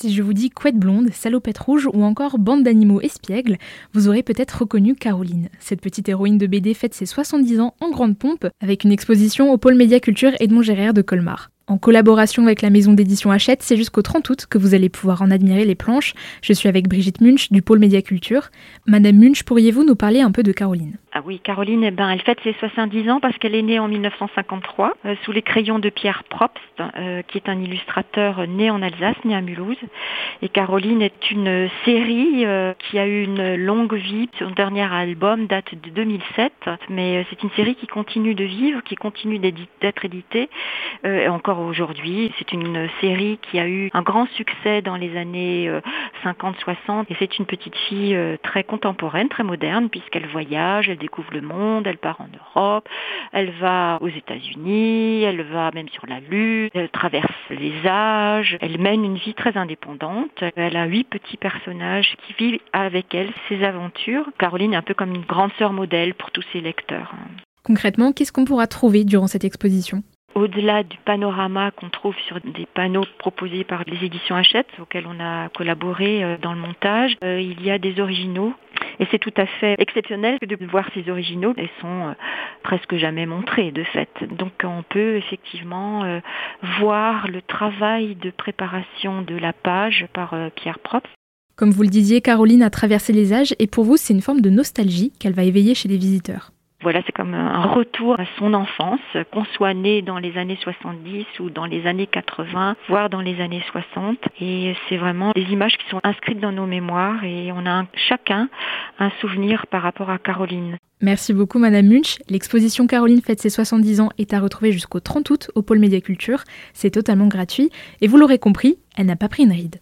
Si je vous dis couette blonde, salopette rouge ou encore bande d'animaux espiègles, vous aurez peut-être reconnu Caroline. Cette petite héroïne de BD fête ses 70 ans en grande pompe avec une exposition au pôle Média Culture Edmond Gérard de Colmar. En collaboration avec la maison d'édition Hachette, c'est jusqu'au 30 août que vous allez pouvoir en admirer les planches. Je suis avec Brigitte Munch du pôle Média Culture. Madame Munch, pourriez-vous nous parler un peu de Caroline ? Ah oui, Caroline, elle fête ses 70 ans parce qu'elle est née en 1953 sous les crayons de Pierre Probst, qui est un illustrateur né en Alsace, né à Mulhouse. Et Caroline est une série qui a eu une longue vie. Son dernier album date de 2007, mais c'est une série qui continue de vivre, qui continue d'être éditée encore aujourd'hui. C'est une série qui a eu un grand succès dans les années 50-60 et c'est une petite fille très contemporaine, très moderne puisqu'elle voyage, elle découvre le monde, elle part en Europe, elle va aux États-Unis, elle va même sur la Lune, elle traverse les âges, elle mène une vie très indépendante. Elle a 8 petits personnages qui vivent avec elle ses aventures. Caroline est un peu comme une grande sœur modèle pour tous ses lecteurs. Concrètement, qu'est-ce qu'on pourra trouver durant cette exposition ? Au-delà du panorama qu'on trouve sur des panneaux proposés par les éditions Hachette, auxquels on a collaboré dans le montage, il y a des originaux. Et c'est tout à fait exceptionnel de voir ces originaux. Ils sont presque jamais montrés, de fait. Donc on peut effectivement voir le travail de préparation de la page par Pierre Probst. Comme vous le disiez, Caroline a traversé les âges et pour vous, c'est une forme de nostalgie qu'elle va éveiller chez les visiteurs. Voilà, c'est comme un retour à son enfance, qu'on soit né dans les années 70 ou dans les années 80, voire dans les années 60. Et c'est vraiment des images qui sont inscrites dans nos mémoires et on a chacun un souvenir par rapport à Caroline. Merci beaucoup Madame Munch. L'exposition Caroline fête ses 70 ans est à retrouver jusqu'au 30 août au pôle Média Culture. C'est totalement gratuit et vous l'aurez compris, elle n'a pas pris une ride.